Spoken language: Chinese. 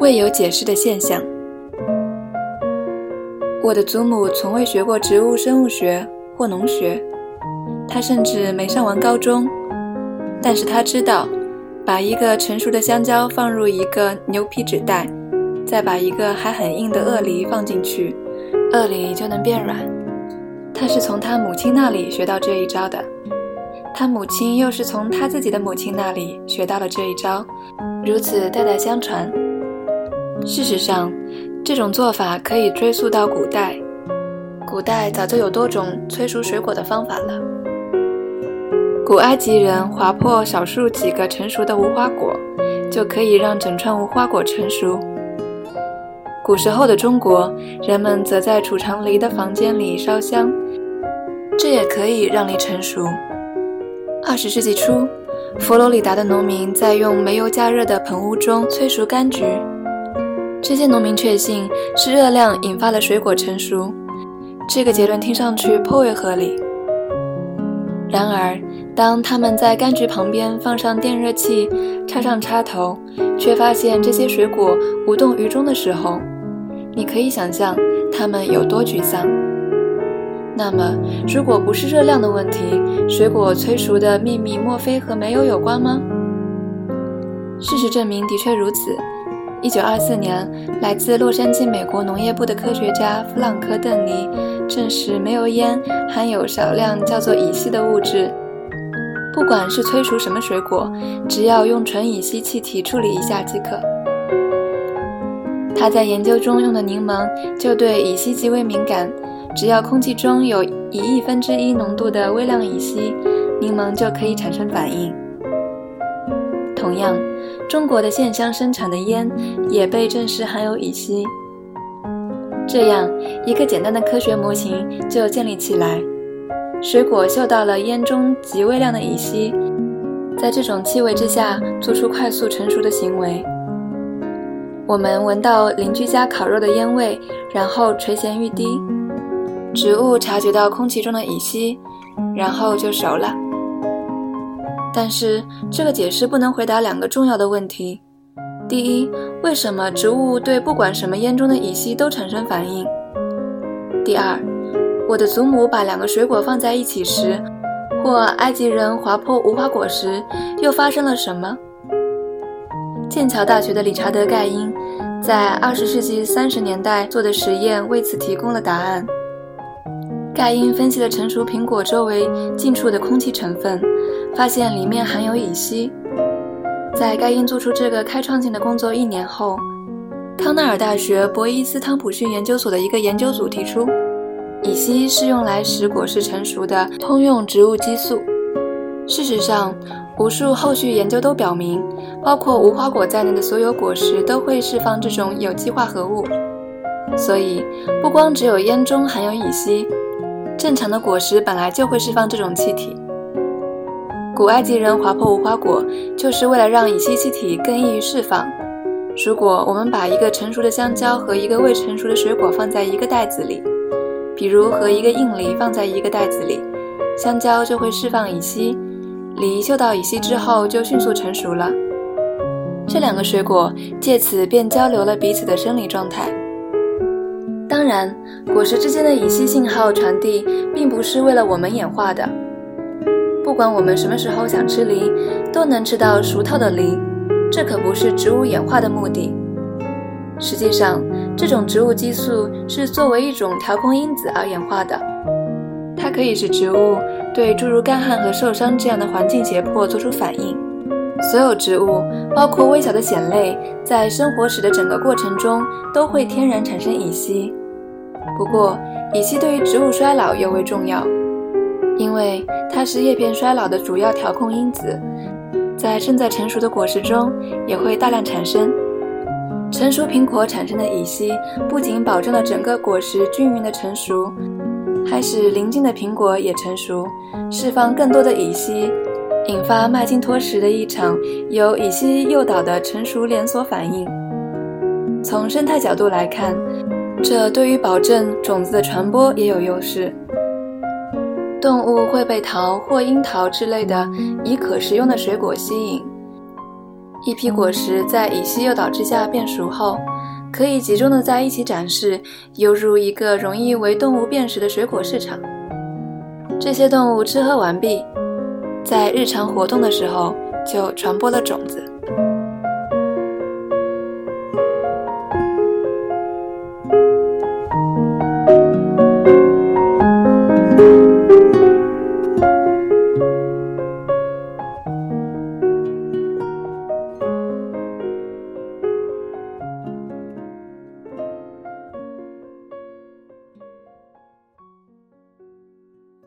未有解释的现象。我的祖母从未学过植物生物学或农学，她甚至没上完高中，但是她知道，把一个成熟的香蕉放入一个牛皮纸袋，再把一个还很硬的鳄梨放进去，鳄梨就能变软。她是从她母亲那里学到这一招的，她母亲又是从她自己的母亲那里学到了这一招，如此代代相传。事实上，这种做法可以追溯到古代，古代早就有多种催熟水果的方法了。古埃及人划破少数几个成熟的无花果，就可以让整串无花果成熟。古时候的中国，人们则在储藏梨的房间里烧香，这也可以让梨成熟。20世纪初，佛罗里达的农民在用煤油加热的盆屋中催熟柑橘，这些农民确信是热量引发了水果成熟，这个结论听上去颇为合理。然而，当他们在柑橘旁边放上电热器，插上插头，却发现这些水果无动于衷的时候，你可以想象他们有多沮丧。那么，如果不是热量的问题，水果催熟的秘密莫非和煤油有关吗？事实证明的确如此。1924年，来自洛杉矶美国农业部的科学家弗朗科·邓尼证实煤油烟含有少量叫做乙烯的物质。不管是催熟什么水果，只要用纯乙烯气体处理一下即可。他在研究中用的柠檬就对乙烯极为敏感，只要空气中有1/1000浓度的微量乙烯，柠檬就可以产生反应。同样，中国的线香生产的烟也被证实含有乙烯。这样，一个简单的科学模型就建立起来。水果嗅到了烟中极微量的乙烯，在这种气味之下做出快速成熟的行为。我们闻到邻居家烤肉的烟味，然后垂涎欲滴。植物察觉到空气中的乙烯，然后就熟了。但是这个解释不能回答2个重要的问题。第一，为什么植物对不管什么烟中的乙烯都产生反应？第二，我的祖母把2个水果放在一起时，或埃及人划破无花果时，又发生了什么？剑桥大学的理查德·盖因在20世纪30年代做的实验为此提供了答案。盖因分析了成熟苹果周围近处的空气成分，发现里面含有乙烯。在盖因做出这个开创性的工作1年后，康奈尔大学博伊斯汤普逊研究所的一个研究组提出，乙烯是用来使果实成熟的通用植物激素。事实上，无数后续研究都表明，包括无花果在内的所有果实都会释放这种有机化合物。所以，不光只有烟中含有乙烯，正常的果实本来就会释放这种气体。古埃及人划破无花果，就是为了让乙烯气体更易于释放。如果我们把一个成熟的香蕉和一个未成熟的水果放在一个袋子里，比如和一个硬梨放在一个袋子里，香蕉就会释放乙烯，梨嗅到乙烯之后就迅速成熟了。这2个水果借此便交流了彼此的生理状态。当然，果实之间的乙烯信号传递并不是为了我们演化的。不管我们什么时候想吃梨，都能吃到熟透的梨，这可不是植物演化的目的。实际上，这种植物激素是作为一种调控因子而演化的，它可以使植物对诸如干旱和受伤这样的环境胁迫做出反应。所有植物，包括微小的藓类，在生活史的整个过程中都会天然产生乙烯。不过，乙烯对于植物衰老尤为重要，因为它是叶片衰老的主要调控因子，在正在成熟的果实中也会大量产生。成熟苹果产生的乙烯不仅保证了整个果实均匀的成熟，还使邻近的苹果也成熟，释放更多的乙烯，引发麦金托什的一场由乙烯诱导的成熟连锁反应。从生态角度来看，这对于保证种子的传播也有优势。动物会被桃或樱桃之类的已可食用的水果吸引， 一批果实在乙烯诱导之下变熟后，可以集中的在一起展示，犹如一个容易为动物辨识的水果市场。这些动物吃喝完毕，在日常活动的时候就传播了种子。